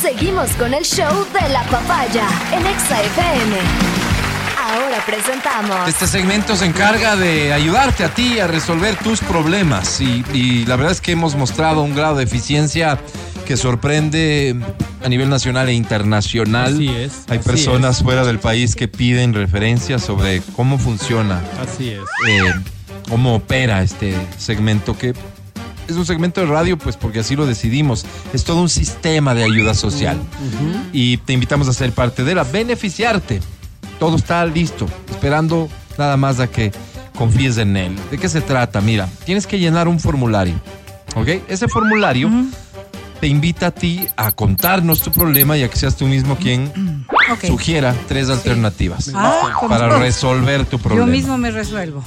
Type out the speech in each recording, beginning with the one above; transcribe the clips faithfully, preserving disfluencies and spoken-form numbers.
Seguimos con el show de la papaya en Exa F M. Ahora presentamos. Este segmento se encarga de ayudarte a ti a resolver tus problemas y, y la verdad es que hemos mostrado un grado de eficiencia que sorprende a nivel nacional e internacional. Así es. Hay así personas es. fuera del país que piden referencias sobre cómo funciona, Así es. eh, cómo opera este segmento, que es un segmento de radio, pues porque así lo decidimos. Es todo un sistema de ayuda social. Uh-huh. Y te invitamos a ser parte de él, a beneficiarte. Todo está listo, esperando nada más a que confíes en él. ¿De qué se trata? Mira, tienes que llenar un formulario, ¿ok? Ese formulario uh-huh. te invita a ti a contarnos tu problema y a que seas tú mismo quien okay. sugiera tres sí. alternativas ah, para ¿cómo? resolver tu problema. Yo mismo me resuelvo.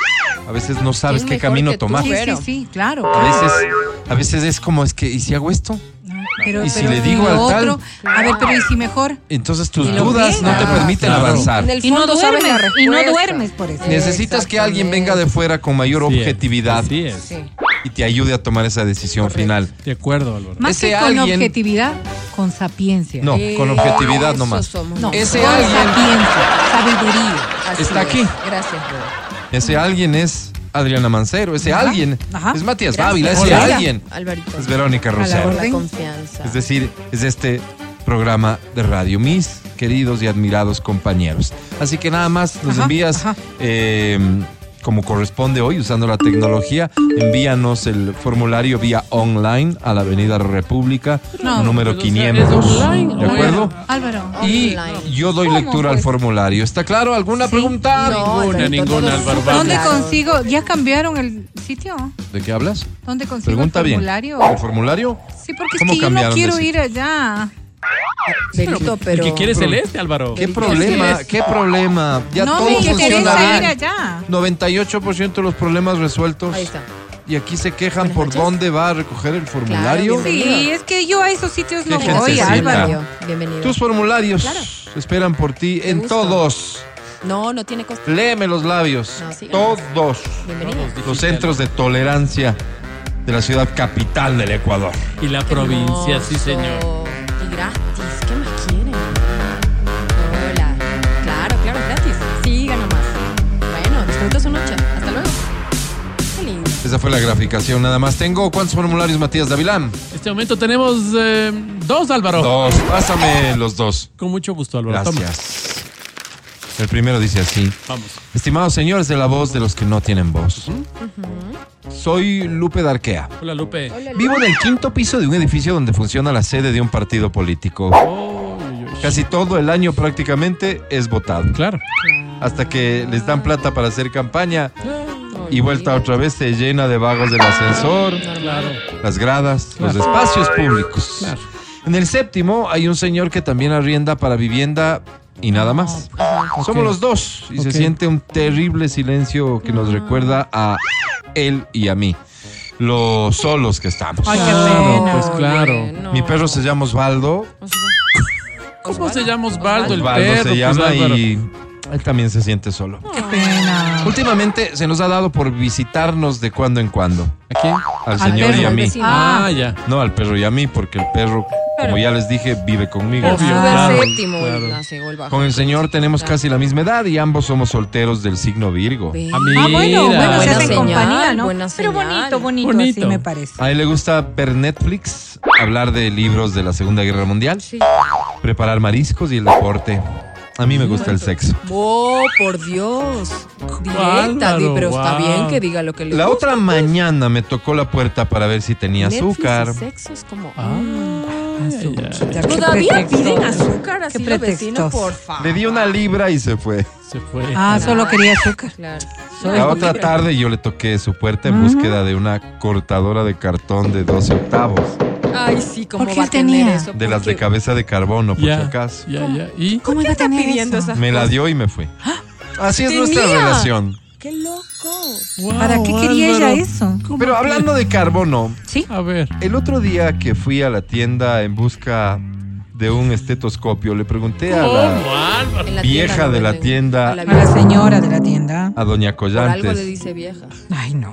A veces no sabes qué camino tomar. Sí, sí, sí, claro. A veces, a veces es como, es que, ¿y si hago esto? Pero, y si pero, le digo al tal, otro, a ver, pero ¿y si mejor? Entonces tus dudas no te permiten claro. avanzar. Y no duermes, y no duermes por eso. Necesitas que alguien venga de fuera con mayor sí, objetividad así es. Sí. y te ayude a tomar esa decisión Correcto. final. De acuerdo, Álvaro. Más Ese que con alguien, objetividad, con sapiencia. No, eh, con objetividad nomás. No, ese con alguien sapiencia, sabiduría. Así está es. aquí. Gracias, bro. Ese alguien es Adriana Mancero, ese Ajá. alguien Ajá. es Matías Gracias. Dávila, ese Hola. alguien Alvarito. es Verónica Rosero. La confianza. Es decir, es este programa de radio, mis queridos y admirados compañeros. Así que nada más nos Ajá. envías, Ajá. Eh, como corresponde hoy, usando la tecnología, envíanos el formulario vía online a la Avenida República, no, número pero quinientos, ¿de acuerdo? Álvaro. Y online. yo doy ¿Cómo, lectura pues? al formulario. ¿Está claro? ¿Alguna Sí. pregunta? No, Ninguna, Alvarito, ninguna, Álvaro. ¿Dónde claro. consigo? ¿Ya cambiaron el sitio? ¿De qué hablas? ¿Dónde consigo Pregunta el bien. formulario? ¿El formulario? Sí, porque es ¿Cómo que yo no cambiaron de quiero sitio? ir allá. Benito, pero... ¿El que quiere celeste, Álvaro? ¿Qué problema? ¿Qué problema? Ya no todo me funciona interesa ir bien. allá. noventa y ocho por ciento de los problemas resueltos. Ahí está. Y aquí se quejan Buenas por noches. dónde va a recoger el formulario. Claro, Sí, es que yo a esos sitios Qué no gente voy, sencilla. Álvaro. Bienvenido. Tus formularios Claro. esperan por ti en gusto. todos. No, no tiene costo. Léeme los labios. No, síganos. Todos. Bienvenido. Los centros de tolerancia de la ciudad capital del Ecuador. Y la provincia, sí, señor. Y gratis. ¿Qué más quieren? Hola. Claro, claro, gratis. Siga nomás. Bueno, disfruta su noche. Hasta luego. Qué lindo. Esa fue la graficación nada más. Tengo, ¿cuántos formularios, Matías Davilán? En este momento tenemos eh, dos, Álvaro. Dos. Pásame los dos. Con mucho gusto, Álvaro. Gracias. El primero dice así. Vamos. Estimados señores de la voz de los que no tienen voz. Soy Lupe Darquea. Hola, Lupe. Hola, Vivo en el quinto piso de un edificio donde funciona la sede de un partido político. Oh, uy, uy. Casi todo el año prácticamente es votado. Claro. Hasta que les dan plata para hacer campaña y vuelta otra vez se llena de vagos del ascensor, Claro. las gradas, los Claro. espacios públicos. Claro. En el séptimo hay un señor que también arrienda para vivienda y nada más. Somos Ok. los dos y se Ok. siente un terrible silencio que nos recuerda a él y a mí, lo solos que estamos. Ay, qué Claro, pena. pues claro. Oye, no. Mi perro se llama Osvaldo. ¿Cómo se llama Osvaldo, el Osvaldo perro? se Pues, llama Álvaro. y él también se siente solo. Qué pena. Últimamente se nos ha dado por visitarnos de cuando en cuando. ¿A quién? Al Al señor perro, y a al mí. vecino. Ah, Ah. ya. No al perro y a mí, porque el perro, como ya les dije, vive conmigo. Obvio. Sube Claro, al séptimo. claro. y hace gol bajo. Con el señor tenemos casi la misma edad y ambos somos solteros del signo Virgo. Ve. A mí. Ah, bueno, bueno, se Buena hacen señal, compañía, ¿no? buena Pero señal. bonito, bonito, Bonito. así me parece. A él le gusta ver Netflix, hablar de libros de la Segunda Guerra Mundial, Sí. preparar mariscos y el deporte. A mí me gusta el sexo. Oh, por Dios. Directa, Álvaro, di, pero está wow. bien que diga lo que le La gusta. otra mañana me tocó la puerta para ver si tenía Netflix y azúcar. sexo es como... Ah, ya, ya. Ya, qué ¿Todavía pretexto. piden azúcar así Qué los vecinos? pretextos. Por favor. Le di una libra y se fue. Se fue. Ah, solo quería azúcar. Claro. La otra tarde yo le toqué su puerta en búsqueda de una cortadora de cartón de doce octavos. Ay, sí, ¿cómo ¿Por qué va a él tener tenía? eso? De las de Porque- cabeza de carbono, por si Ya, acaso. ya, ya. ¿Y? ¿Cómo ¿Qué iba a está tener pidiendo eso? esas Me la cosas? dio y me fue. Así es nuestra ¿Tenía? relación. ¡Qué loco! Wow, ¿Para qué quería Álvaro. ella eso? ¿Cómo Pero que? hablando de carbono, ¿Sí? A ver. el otro día que fui a la tienda en busca de un estetoscopio, le pregunté a ¿Cómo, la Álvaro? En la vieja tienda, de no la venden. tienda, A la A la vieja. señora de la tienda. a doña Por algo le Collantes, dice vieja. Ay, no.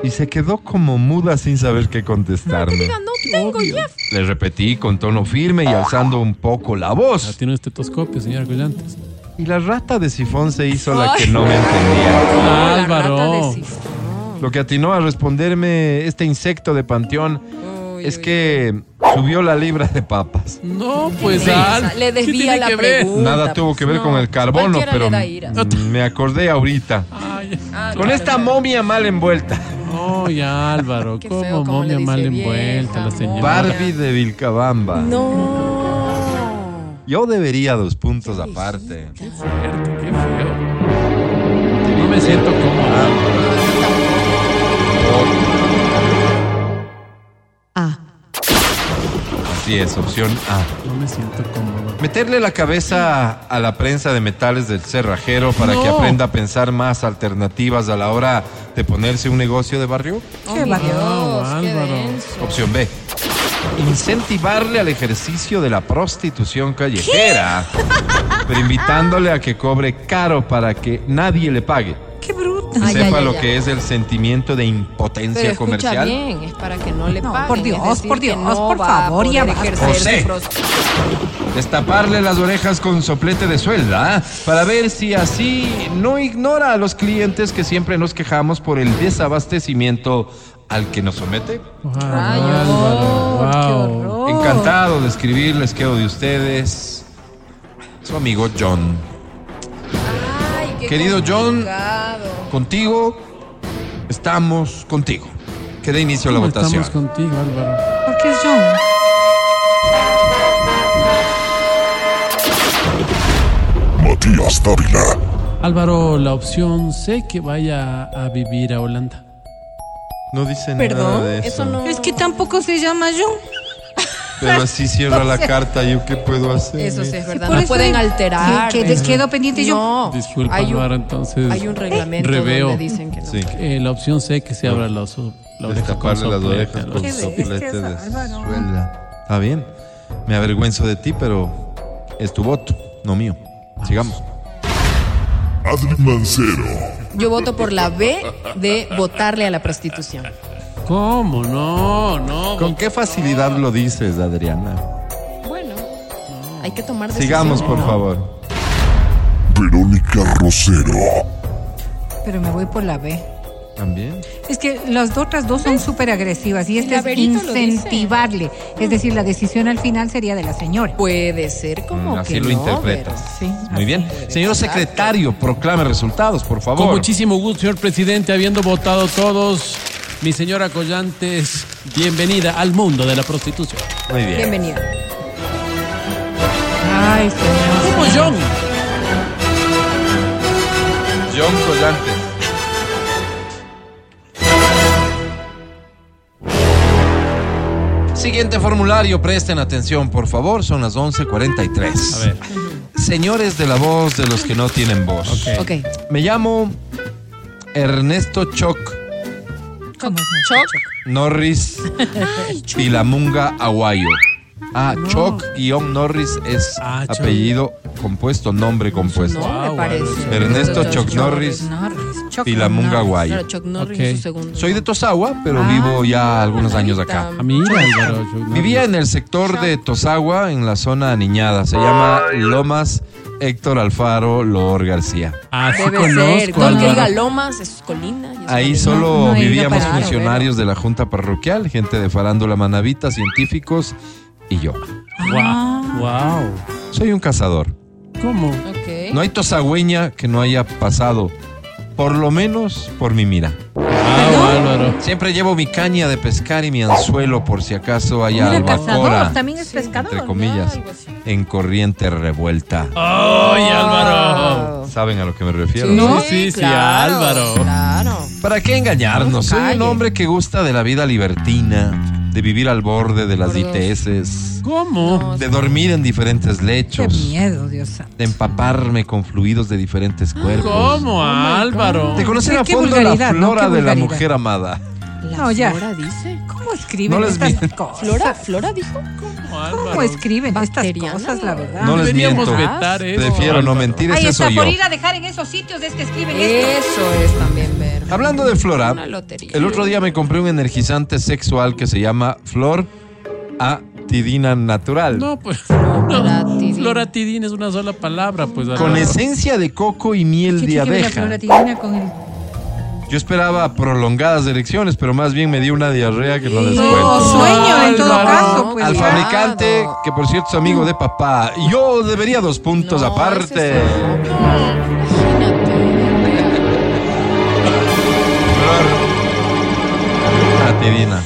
Y se quedó como muda sin saber qué contestarme. Diga, no tengo, Jeff. Le repetí con tono firme y alzando un poco la Ah, voz. tiene un estetoscopio, señora Collantes. Y la rata de sifón se hizo la que no me entendía. La Álvaro. rata de sifón. Lo que atinó a responderme este insecto de panteón Uy, es uy, que subió la libra de papas. No, pues Risa, Al. le ¿qué desvía tiene la que ver? pregunta. Nada tuvo que ver No, con el carbono, cualquiera pero le da ira. me acordé ahorita. Ay, Ah, Con no, esta pero- momia mal envuelta. no, ya Álvaro, Qué como feo, cómo le momia dice mal vieja, envuelta la señora. Barbie de Vilcabamba. No. Yo debería dos puntos ¿Qué aparte. Qué fuerte, qué feo. No me siento cómodo. Ah, Así es, opción A. No me siento cómodo. Meterle la cabeza a la prensa de metales del cerrajero para No. que aprenda a pensar más alternativas a la hora de ponerse un negocio de barrio. Oh, Qué mi barrio. Dios, qué Álvaro. denso. Opción B. Incentivarle al ejercicio de la prostitución callejera, pero invitándole a que cobre caro para que nadie le pague. qué bruta. Y Ay, sepa ay, lo ay, que ay. es el sentimiento de impotencia Pero escucha comercial. bien, es para que no le No, paguen. por Dios, es decir, por que Dios, no por va a favor, ya poder basta. ejercer José. su prost- Destaparle las orejas con soplete de suelda, ¿ah? Para ver si así no ignora a los clientes que siempre nos quejamos por el desabastecimiento al que nos somete. Wow, Rayos, Álvaro, qué wow. horror. Encantado de escribirles, quedo de ustedes. Su amigo John. Ay, qué Querido John. complicado. Contigo, estamos contigo. Que dé inicio a la ¿Cómo votación. estamos contigo, Álvaro? ¿Por qué es John? Matías Dávila. Álvaro, la opción C, que vaya a vivir a Holanda. No dice nada Perdón, de eso. eso no. Es que tampoco se llama John. Pero así cierra la carta, ¿yo qué puedo hacer? Eso sí es verdad. por No eso pueden es- alterar. que- que eso. quedó pendiente yo. No. Disculpa, hay un, Álvaro, entonces. hay un reglamento reveo. donde dicen que no. Sí. Eh, la opción C, que se abra los, la oreja con Destaparle las soplete, orejas algo con Qué así. soplete bestia, de Álvaro. suelda. Está bien. Me avergüenzo de ti, pero es tu voto, no mío. Sigamos. Adri Mancero. Yo voto por la B de votarle a la prostitución. ¿Cómo? No, no. ¿Con qué facilidad lo dices, Adriana? Bueno, hay que tomar Sigamos, decisiones, por ¿no? favor. Verónica Rosero. Pero me voy por la B. ¿También? Es que las otras dos son súper agresivas y esta La es Verito lo dice. incentivarle. Es decir, la decisión al final sería de la señora. Puede ser como Mm, así que lo no, interpretas. Sí, Muy bien. Señor secretario, proclame resultados, por favor. Con muchísimo gusto, señor presidente, habiendo votado todos, mi señora Collantes, bienvenida al mundo de la prostitución. Muy bien. Bienvenido. Ay, señor. ¿Cómo, John? John Collantes. Siguiente formulario, presten atención, por favor, son las once cuarenta y tres. A ver. Señores de la voz de los que no tienen voz. Ok. Ok. Me llamo Ernesto Choc ¿Cómo es? Choc. Norris Pilamunga Aguayo. Ah, Choc guión Norris es Ah, Choc. apellido compuesto, nombre compuesto. No, me Wow, parece. Ernesto Choc Choc Norris Norris. Choc Pilamunga Norris. Aguayo. Claro, Chuck Norris Ok. en su segundo. Soy de Tosagua, pero Ah, vivo ya algunos años acá. A mí, Álvaro. yo no- Vivía en el sector de Tosagua, en la zona aniñada. Se llama Lomas Héctor Alfaro Loor García. Ah, sí Debe conozco, ser. Todo el que diga Álvaro. Lomas es colina. y es Ahí colina. solo no he ido vivíamos para allá, funcionarios de la Junta Parroquial, gente de farándula manavita, científicos y yo. Wow, wow. Soy un cazador. ¿Cómo? Ok. No hay tosagüeña que no haya pasado, por lo menos por mi mira. Wow, Álvaro. Siempre llevo mi caña de pescar y mi anzuelo por si acaso haya Mira, albacora, cazador, también es pescador. entre comillas, algo así. en corriente revuelta. ¡Ay, Álvaro! ¿Saben a lo que me refiero? Sí, No, sí, sí, claro, Álvaro. Claro. ¿Para qué engañarnos? Soy un Calle. hombre que gusta de la vida libertina, de vivir al borde de las Por I dos. T S, ¿Cómo? de dormir en diferentes Qué lechos, miedo, Dios santo. de empaparme con fluidos de diferentes cuerpos, ¿Cómo, Álvaro? de conocer Qué- a qué fondo la vulgaridad, ¿no? flora Qué de la vulgaridad. mujer amada. La No, ya. Flora dice. ¿Cómo escriben No les estas miento. cosas? Flora, Flora dijo. ¿Cómo, Álvaro? ¿Cómo escriben estas Bacteriana. cosas, la verdad? No les Deberíamos miento. vetar eso. Prefiero no Álvaro. mentir, Ahí ese está, soy yo. por ir a dejar en esos sitios es que escriben esto. Eso es también ver. Hablando de Flora, Una lotería. el otro día me compré un energizante sexual que se llama Flor Atidina Natural. No, pues. No. Floratidina. Floratidina es una sola palabra, pues. Con Álvaro. esencia de coco y miel ¿Qué de tiene que ver la abeja. floratidina con el... Yo esperaba prolongadas erecciones, pero más bien me dio una diarrea que no les No, cuento. sueño en todo Álvaro. caso, pues. Al ya. fabricante, que por cierto es amigo de papá, yo debería dos puntos No, aparte. ese es otro. Imagínate. Flor Atidina.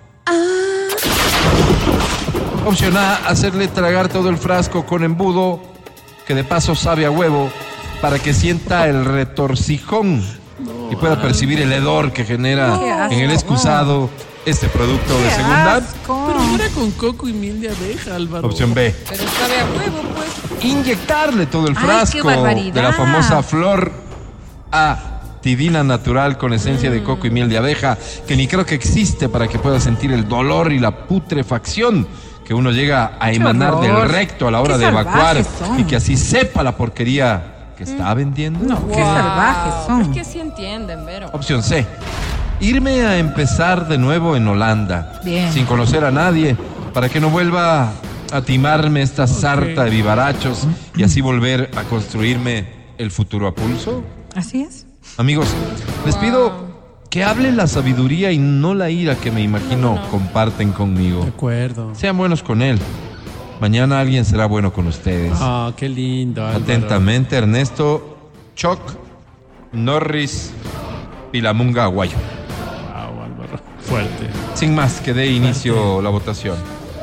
Opción A, hacerle tragar todo el frasco con embudo, que de paso sabe a huevo, para que sienta el retorcijón y pueda percibir el hedor que genera Qué asco. en el excusado este producto de ¡Qué segunda. asco! Pero no era con coco y miel de abeja, Álvaro. Opción B, Pero sabe a huevo, pues. inyectarle todo el ¡Ay, qué frasco barbaridad! de la famosa Flor Atidina Natural con esencia de coco y miel de abeja, que ni creo que existe para que pueda sentir el dolor y la putrefacción que uno llega a ¡Qué emanar del horror! recto a la hora ¡Qué de evacuar salvajes son! y que así sepa la porquería que está vendiendo. No, qué Wow. salvajes son. Es que sí entienden, Vero. Opción C, irme a empezar de nuevo en Holanda, Bien. sin conocer a nadie, para que no vuelva a timarme esta sarta de vivarachos y así volver a construirme el futuro a pulso. Así es. Amigos, les pido que hablen la sabiduría y no la ira que me imagino comparten conmigo. De acuerdo. Sean buenos con él. Mañana alguien será bueno con ustedes. Ah, qué lindo, Álvaro. Atentamente, Ernesto Choc Norris Pilamunga Aguayo. Wow, Álvaro. Fuerte. Sin más, que dé inicio la votación.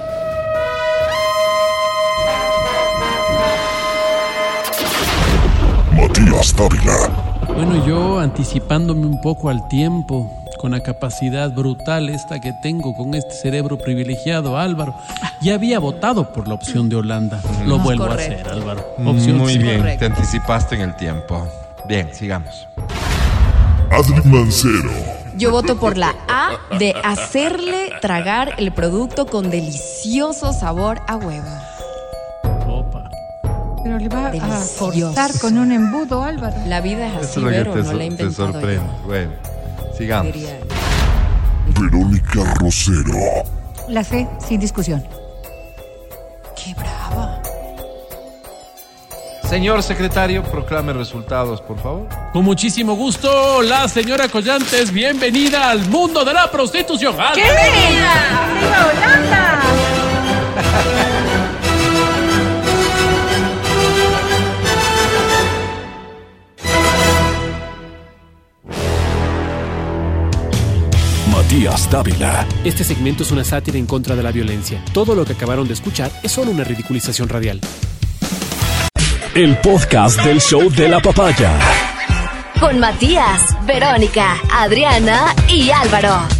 Matías Dávila. Bueno, yo anticipándome un poco al tiempo, con la capacidad brutal esta que tengo, con este cerebro privilegiado, Álvaro, ya había votado por la opción de Holanda. Lo Es vuelvo correcto. a hacer, Álvaro. Opción Muy C. bien, correcto. te anticipaste en el tiempo. Bien, sigamos. Adri Mancero. Yo voto por la A de hacerle tragar el producto con delicioso sabor a huevo. Opa. Pero le va a Delicioso. forzar con un embudo, Álvaro. La vida es Eso así, es lo que Vero, te, no sor- la he te inventado sorprende. yo. Bueno, sigamos. Diría él. Verónica Rosero. La C, sin discusión. ¡Qué brava! Señor secretario, proclame resultados, por favor. Con muchísimo gusto, la señora Collantes, bienvenida al mundo de la prostitución. Álvaro. ¡Viva Holanda! Matías Dávila. Este segmento es una sátira en contra de la violencia. Todo lo que acabaron de escuchar es solo una ridiculización radial. El podcast del show de la papaya. Con Matías, Verónica, Adriana y Álvaro.